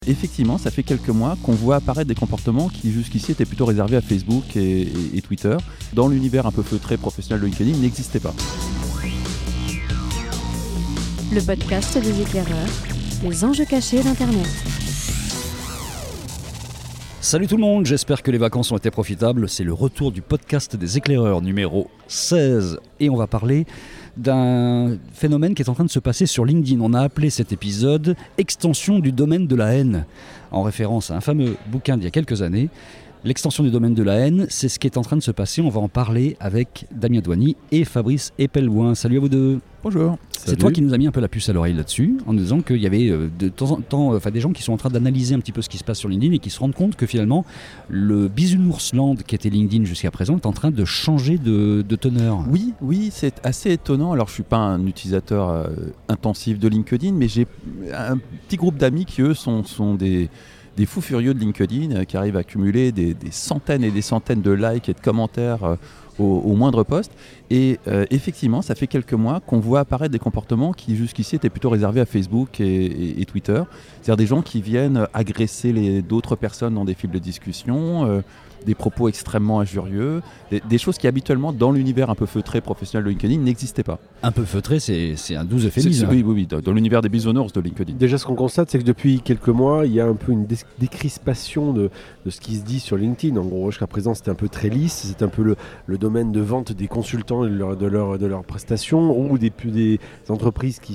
Effectivement, ça fait quelques mois qu'on voit apparaître des comportements qui jusqu'ici étaient plutôt réservés à Facebook et Twitter. Dans l'univers un peu feutré professionnel de LinkedIn, n'existaient pas. Le podcast des éclaireurs, les enjeux cachés d'Internet. Salut tout le monde, j'espère que les vacances ont été profitables. C'est le retour du podcast des éclaireurs numéro 16. Et on va parler d'un phénomène qui est en train de se passer sur LinkedIn. On a appelé cet épisode « Extension du domaine de la haine », en référence à un fameux bouquin d'il y a quelques années. L'extension du domaine de la haine, c'est ce qui est en train de se passer. On va en parler avec Damien Douany et Fabrice Epelboin. Salut à vous deux. Bonjour. C'est toi qui nous as mis un peu la puce à l'oreille là-dessus, en nous disant qu'il y avait de temps en temps des gens qui sont en train d'analyser un petit peu ce qui se passe sur LinkedIn et qui se rendent compte que finalement, le bisounoursland qui était LinkedIn jusqu'à présent est en train de changer de teneur. Oui, c'est assez étonnant. Alors, je ne suis pas un utilisateur intensif de LinkedIn, mais j'ai un petit groupe d'amis qui, eux, sont des fous furieux de LinkedIn, qui arrivent à cumuler des centaines et des centaines de likes et de commentaires au moindre poste. Et effectivement, ça fait quelques mois qu'on voit apparaître des comportements qui jusqu'ici étaient plutôt réservés à Facebook et Twitter. C'est-à-dire des gens qui viennent agresser d'autres personnes dans des fils de discussion, des propos extrêmement injurieux, des choses qui habituellement dans l'univers un peu feutré professionnel de LinkedIn n'existaient pas. Un peu feutré, c'est un doux euphémisme. Oui, dans l'univers des bisounours de LinkedIn. Déjà, ce qu'on constate, c'est que depuis quelques mois, il y a un peu une décrispation de ce qui se dit sur LinkedIn. En gros, jusqu'à présent, c'était un peu très lisse, c'était un peu le domaine de vente des consultants et de leurs prestations, ou des entreprises qui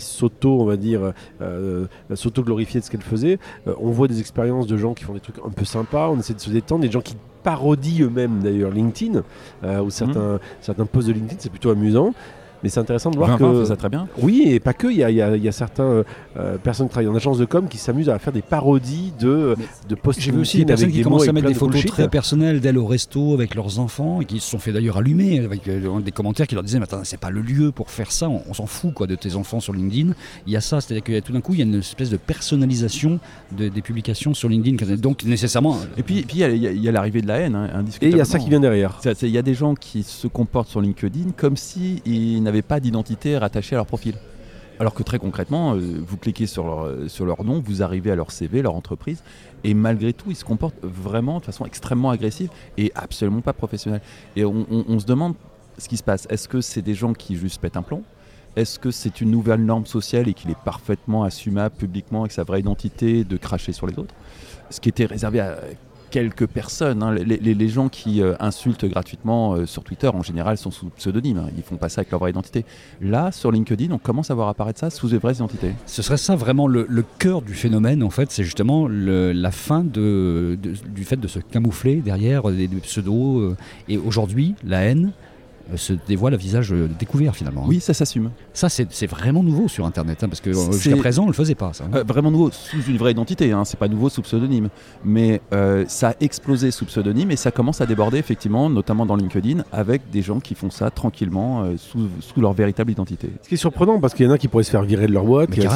s'auto-glorifiaient de ce qu'elles faisaient. On voit des expériences de gens qui font des trucs un peu sympas, on essaie de se détendre, des gens qui parodient eux-mêmes d'ailleurs LinkedIn, ou certains posts de LinkedIn, c'est plutôt amusant. Mais c'est intéressant de voir fait ça très bien. Oui, et pas que. Il y a certaines personnes qui travaillent en agence de com qui s'amusent à faire des parodies de posts. J'ai vu aussi des personnes qui commencent à mettre des photos très personnelles d'elles au resto avec leurs enfants et qui se sont fait d'ailleurs allumer avec des commentaires qui leur disaient « Mais attends, c'est pas le lieu pour faire ça, on s'en fout quoi, de tes enfants sur LinkedIn. » Il y a ça, c'est-à-dire que tout d'un coup, il y a une espèce de personnalisation des publications sur LinkedIn. Donc nécessairement... Et puis il y a l'arrivée de la haine, indiscutablement. Et il y a ça qui vient derrière. Il y a des gens qui se comportent sur LinkedIn comme s'ils n'avaient pas d'identité rattachée à leur profil. Alors que très concrètement, vous cliquez sur leur nom, vous arrivez à leur CV, leur entreprise, et malgré tout, ils se comportent vraiment de façon extrêmement agressive et absolument pas professionnelle. Et on se demande ce qui se passe. Est-ce que c'est des gens qui juste pètent un plomb ? Est-ce que c'est une nouvelle norme sociale et qu'il est parfaitement assumable publiquement avec sa vraie identité de cracher sur les autres ? Ce qui était réservé à quelques personnes, les gens qui insultent gratuitement sur Twitter en général sont sous pseudonyme, ils font pas ça avec leur vraie identité. Là sur LinkedIn on commence à voir apparaître ça sous des vraies identités. Ce serait ça vraiment le cœur du phénomène en fait, c'est justement la fin du fait de se camoufler derrière des pseudos et aujourd'hui la haine se dévoile à visage découvert finalement. Oui, ça s'assume. Ça c'est vraiment nouveau sur internet parce que jusqu'à présent on le faisait pas ça. Vraiment nouveau sous une vraie identité, c'est pas nouveau sous pseudonyme, mais ça a explosé sous pseudonyme et ça commence à déborder effectivement, notamment dans LinkedIn, avec des gens qui font ça tranquillement sous leur véritable identité. Ce qui est surprenant parce qu'il y en a qui pourraient se faire virer de leur boîte, qui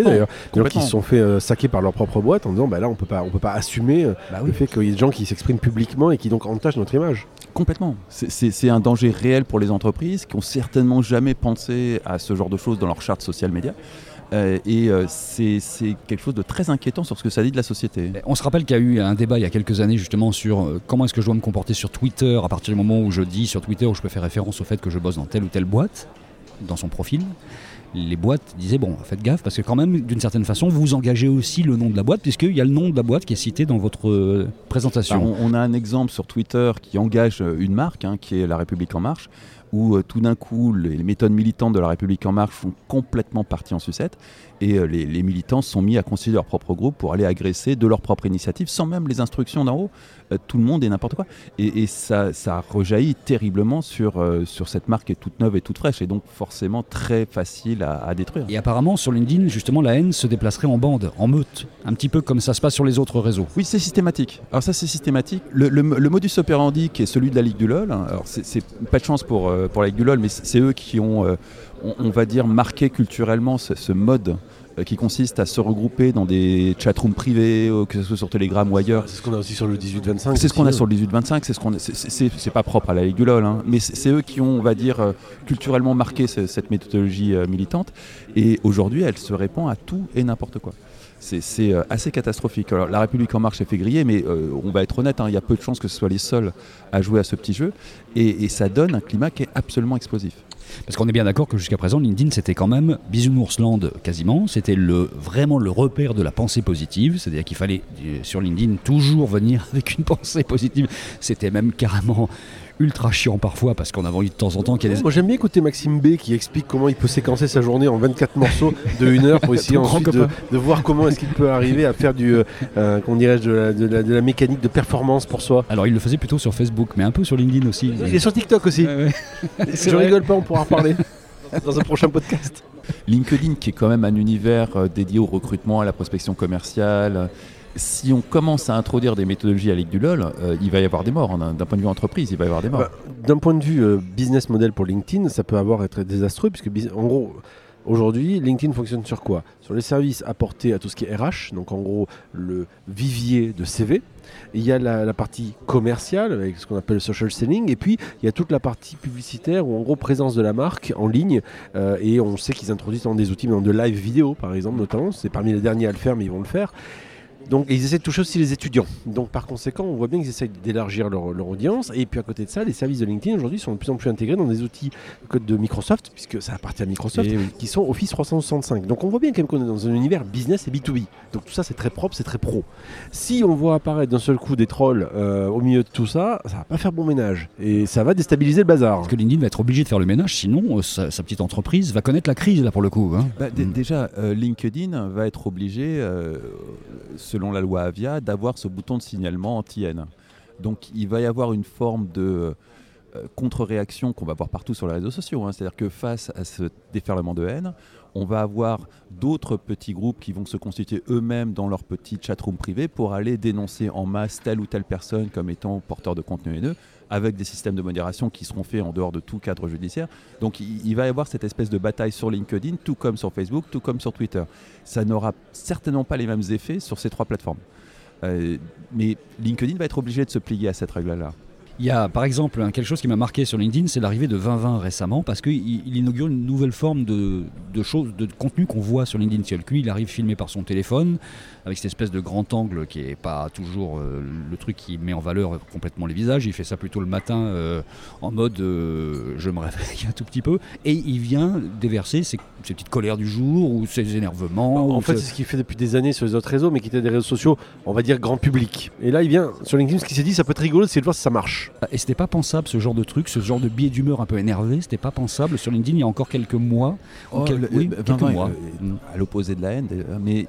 se sont fait saquer par leur propre boîte en disant là on peut pas assumer le fait qu'il y ait des gens qui s'expriment publiquement et qui donc entachent notre image. Complètement. C'est un danger réel pour les entreprises qui ont certainement jamais pensé à ce genre de choses dans leur charte social média. C'est quelque chose de très inquiétant sur ce que ça dit de la société. On se rappelle qu'il y a eu un débat il y a quelques années justement sur comment est-ce que je dois me comporter sur Twitter à partir du moment où je dis sur Twitter où je peux faire référence au fait que je bosse dans telle ou telle boîte, dans son profil. Les boîtes disaient faites gaffe parce que quand même d'une certaine façon vous engagez aussi le nom de la boîte puisqu'il y a le nom de la boîte qui est cité dans votre présentation. On a un exemple sur Twitter qui engage une marque qui est La République En Marche où tout d'un coup les méthodes militantes de La République En Marche font complètement partie en sucette et les militants sont mis à constituer leur propre groupe pour aller agresser de leur propre initiative sans même les instructions d'en haut tout le monde et n'importe quoi et ça rejaillit terriblement sur cette marque qui est toute neuve et toute fraîche et donc forcément très facile à détruire. Et apparemment sur LinkedIn justement la haine se déplacerait en bande, en meute, un petit peu comme ça se passe sur les autres réseaux. Oui, c'est systématique. Alors ça c'est systématique. Le modus operandi qui est celui de la Ligue du LOL, alors c'est pas de chance pour la Ligue du LOL mais c'est eux qui ont on va dire marqué culturellement ce mode qui consiste à se regrouper dans des chatrooms privés, que ce soit sur Telegram ou ailleurs. C'est ce qu'on a aussi sur le 18-25. C'est ce qu'on a sur le 18-25, c'est pas propre à la Ligue du LOL, mais c'est eux qui ont, on va dire, culturellement marqué cette méthodologie militante. Et aujourd'hui, elle se répand à tout et n'importe quoi. C'est assez catastrophique. Alors, la République En Marche s'est fait griller, mais on va être honnête, il y a peu de chances que ce soit les seuls à jouer à ce petit jeu. Et ça donne un climat qui est absolument explosif. Parce qu'on est bien d'accord que jusqu'à présent, LinkedIn, c'était quand même Bisounoursland quasiment. C'était vraiment le repère de la pensée positive. C'est-à-dire qu'il fallait, sur LinkedIn, toujours venir avec une pensée positive. C'était même carrément ultra chiant parfois, parce qu'on avait envie de temps en temps qu'il y ait des... Moi j'aime bien écouter Maxime B qui explique comment il peut séquencer sa journée en 24 morceaux de 1 heure pour essayer ensuite de voir comment est-ce qu'il peut arriver à faire comment dirais-je, de la mécanique de performance pour soi. Alors il le faisait plutôt sur Facebook, mais un peu sur LinkedIn aussi. Il est sur TikTok aussi. Ouais. Je rigole pas, on pourra en reparler dans un prochain podcast. LinkedIn, qui est quand même un univers dédié au recrutement, à la prospection commerciale. Si on commence à introduire des méthodologies avec du LOL, il va y avoir des morts. D'un point de vue entreprise, il va y avoir des morts. D'un point de vue business model pour LinkedIn, ça peut être désastreux, puisque en gros, aujourd'hui, LinkedIn fonctionne sur quoi ? Sur les services apportés à tout ce qui est RH, donc en gros le vivier de CV. Il y a la partie commerciale avec ce qu'on appelle le social selling, et puis il y a toute la partie publicitaire ou en gros présence de la marque en ligne, et on sait qu'ils introduisent dans des outils de live vidéo par exemple notamment, c'est parmi les derniers à le faire mais ils vont le faire. Donc ils essaient de toucher aussi les étudiants. Donc par conséquent, on voit bien qu'ils essayent d'élargir leur audience. Et puis à côté de ça, les services de LinkedIn aujourd'hui sont de plus en plus intégrés dans des outils de Microsoft, puisque ça appartient à Microsoft, qui sont Office 365. Donc on voit bien quand même qu'on est dans un univers business et B2B. Donc tout ça c'est très propre, c'est très pro. Si on voit apparaître d'un seul coup des trolls au milieu de tout ça, ça va pas faire bon ménage. Et ça va déstabiliser le bazar. Parce que LinkedIn va être obligé de faire le ménage, sinon sa petite entreprise va connaître la crise là pour le coup. Déjà, LinkedIn va être obligé... selon la loi Avia, d'avoir ce bouton de signalement anti-haine. Donc il va y avoir une forme de contre-réaction qu'on va voir partout sur les réseaux sociaux. C'est-à-dire que face à ce déferlement de haine, on va avoir d'autres petits groupes qui vont se constituer eux-mêmes dans leur petit chatroom privé pour aller dénoncer en masse telle ou telle personne comme étant porteur de contenu haineux, avec des systèmes de modération qui seront faits en dehors de tout cadre judiciaire. Donc il va y avoir cette espèce de bataille sur LinkedIn, tout comme sur Facebook, tout comme sur Twitter. Ça n'aura certainement pas les mêmes effets sur ces 3 plateformes. Mais LinkedIn va être obligé de se plier à cette règle-là. Il y a par exemple quelque chose qui m'a marqué sur LinkedIn, c'est l'arrivée de 2020 récemment, parce qu'il inaugure une nouvelle forme de contenu qu'on voit sur LinkedIn. C'est-à-dire que lui, il arrive filmé par son téléphone, avec cette espèce de grand angle qui n'est pas toujours le truc qui met en valeur complètement les visages. Il fait ça plutôt le matin en mode je me réveille un tout petit peu, et il vient déverser ses petites colères du jour ou ses énervements. En fait, c'est ce qu'il fait depuis des années sur les autres réseaux, mais qui étaient des réseaux sociaux, on va dire grand public. Et là, il vient sur LinkedIn, ce qu'il s'est dit, ça peut être rigolo, c'est de voir si ça marche. Et c'était pas pensable ce genre de truc, ce genre de biais d'humeur un peu énervé, c'était pas pensable sur LinkedIn il y a encore quelques mois. Quelques mois. À l'opposé de la haine, mais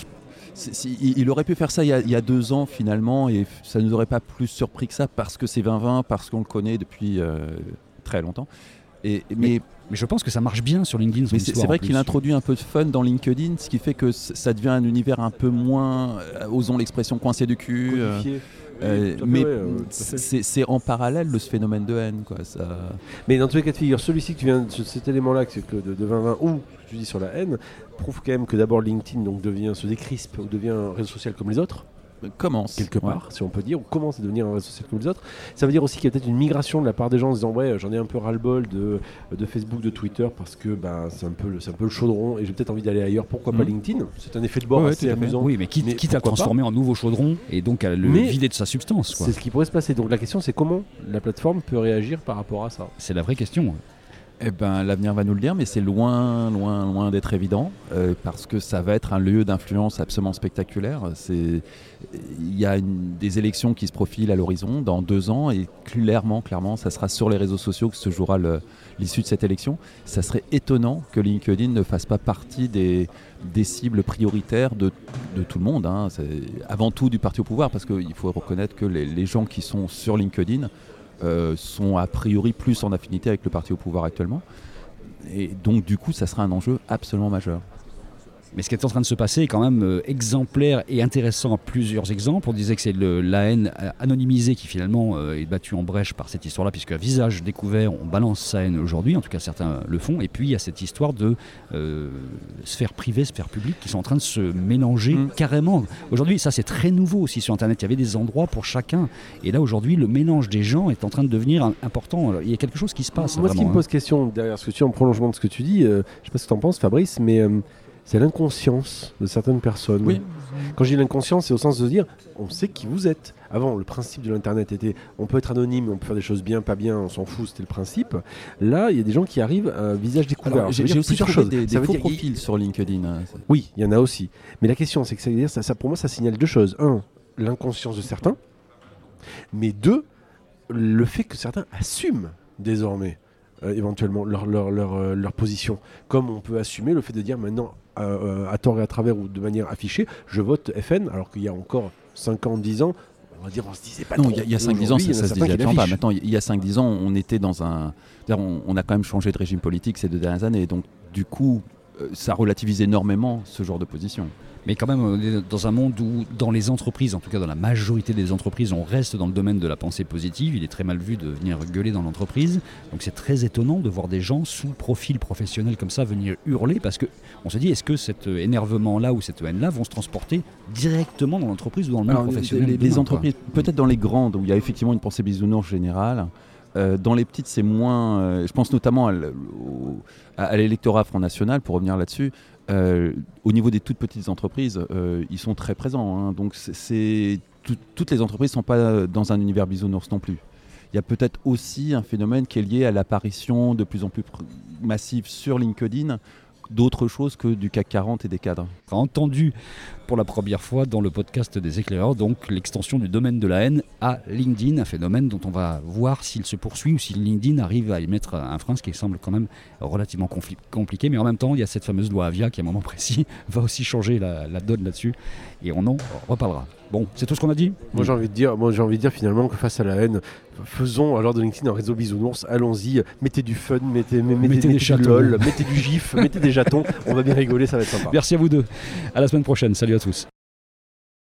il aurait pu faire ça il y a 2 ans finalement, et ça ne nous aurait pas plus surpris que ça, parce que c'est 2020, parce qu'on le connaît depuis très longtemps. Mais je pense que ça marche bien sur LinkedIn. Mais c'est vrai qu'il introduit un peu de fun dans LinkedIn, ce qui fait que ça devient un univers un peu moins, osons l'expression, coincé du cul. C'est en parallèle de ce phénomène de haine, quoi. Mais dans tous les cas de figure, celui-ci que tu viens, cet élément-là de 2020, ou tu dis sur la haine, prouve quand même que d'abord LinkedIn se décrispe ou devient un réseau social comme les autres. Commence quelque part, si on peut dire, ou commence à devenir un réseau social comme les autres. Ça veut dire aussi qu'il y a peut-être une migration de la part des gens en disant ouais, j'en ai un peu ras-le-bol de Facebook, de Twitter, parce que c'est un peu le chaudron et j'ai peut-être envie d'aller ailleurs. Pourquoi pas LinkedIn ? C'est un effet de bord assez amusant. Oui, mais quitte à transformer en nouveau chaudron et donc à le vider de sa substance, quoi. C'est ce qui pourrait se passer. Donc la question, c'est comment la plateforme peut réagir par rapport à ça. C'est la vraie question. L'avenir va nous le dire, mais c'est loin d'être évident, parce que ça va être un lieu d'influence absolument spectaculaire. Il y a des élections qui se profilent à l'horizon dans 2 ans, et clairement, ça sera sur les réseaux sociaux que se jouera l'issue de cette élection. Ça serait étonnant que LinkedIn ne fasse pas partie des cibles prioritaires de tout le monde. C'est avant tout du parti au pouvoir, parce qu'il faut reconnaître que les gens qui sont sur LinkedIn sont a priori plus en affinité avec le parti au pouvoir actuellement, et donc du coup ça sera un enjeu absolument majeur. Mais ce qui est en train de se passer est quand même exemplaire et intéressant à plusieurs exemples. On disait que c'est la haine anonymisée qui finalement est battue en brèche par cette histoire-là, puisque à visage découvert, on balance sa haine aujourd'hui, en tout cas certains le font, et puis il y a cette histoire de sphère privée, sphère publique qui sont en train de se mélanger carrément. Aujourd'hui, ça c'est très nouveau aussi sur Internet, il y avait des endroits pour chacun, et là aujourd'hui le mélange des gens est en train de devenir important. Alors, il y a quelque chose qui se passe. Moi, ce qui me pose question derrière ce que tu dis, en prolongement de ce que tu dis, je ne sais pas ce que tu en penses, Fabrice, mais c'est l'inconscience de certaines personnes. Oui. Quand je dis l'inconscience, c'est au sens de se dire, on sait qui vous êtes. Avant, le principe de l'Internet était, on peut être anonyme, on peut faire des choses bien, pas bien, on s'en fout, c'était le principe. Là, il y a des gens qui arrivent à un visage découvert. Alors, j'ai aussi plusieurs trouvé choses. des faux profils sur LinkedIn. Oui, il y en a aussi. Mais la question, c'est que ça, pour moi, ça signale deux choses. Un, l'inconscience de certains. Mais deux, le fait que certains assument désormais éventuellement leur position. Comme on peut assumer le fait de dire maintenant, à tort et à travers ou de manière affichée, je vote FN, alors qu'il y a encore 5 ans, 10 ans, on va dire, on se disait pas non, trop. Il y a 5-10 ans, ça se disait absolument pas. Maintenant, il y a 5-10 ans, on était dans un... On a quand même changé de régime politique ces 2 dernières années. Donc, du coup, ça relativise énormément ce genre de position. Mais quand même, on est dans un monde où, dans les entreprises, en tout cas dans la majorité des entreprises, on reste dans le domaine de la pensée positive. Il est très mal vu de venir gueuler dans l'entreprise. Donc c'est très étonnant de voir des gens sous profil professionnel comme ça venir hurler, parce qu'on se dit, est-ce que cet énervement-là ou cette haine-là vont se transporter directement dans l'entreprise ou dans le monde professionnel les entreprises, peut-être dans les grandes, où il y a effectivement une pensée bisounours générale. Dans les petites, c'est moins... je pense notamment à l'électorat Front National, pour revenir là-dessus. Au niveau des toutes petites entreprises, ils sont très présents. Hein. Donc toutes les entreprises ne sont pas dans un univers bisounours non plus. Il y a peut-être aussi un phénomène qui est lié à l'apparition de plus en plus massive sur LinkedIn d'autres choses que du CAC 40 et des cadres. On a entendu pour la première fois dans le podcast des éclaireurs donc l'extension du domaine de la haine à LinkedIn, un phénomène dont on va voir s'il se poursuit ou si LinkedIn arrive à y mettre un frein, ce qui semble quand même relativement compliqué. Mais en même temps, il y a cette fameuse loi Avia qui à un moment précis va aussi changer la donne là-dessus et on en reparlera. Bon, c'est tout ce qu'on a dit. Moi j'ai envie de dire finalement que face à la haine, faisons alors de LinkedIn un réseau bisounours, allons-y, mettez du fun, mettez des du LOL, mettez du gif, mettez des jetons, on va bien rigoler, ça va être sympa. Merci à vous deux, à la semaine prochaine, salut à tous.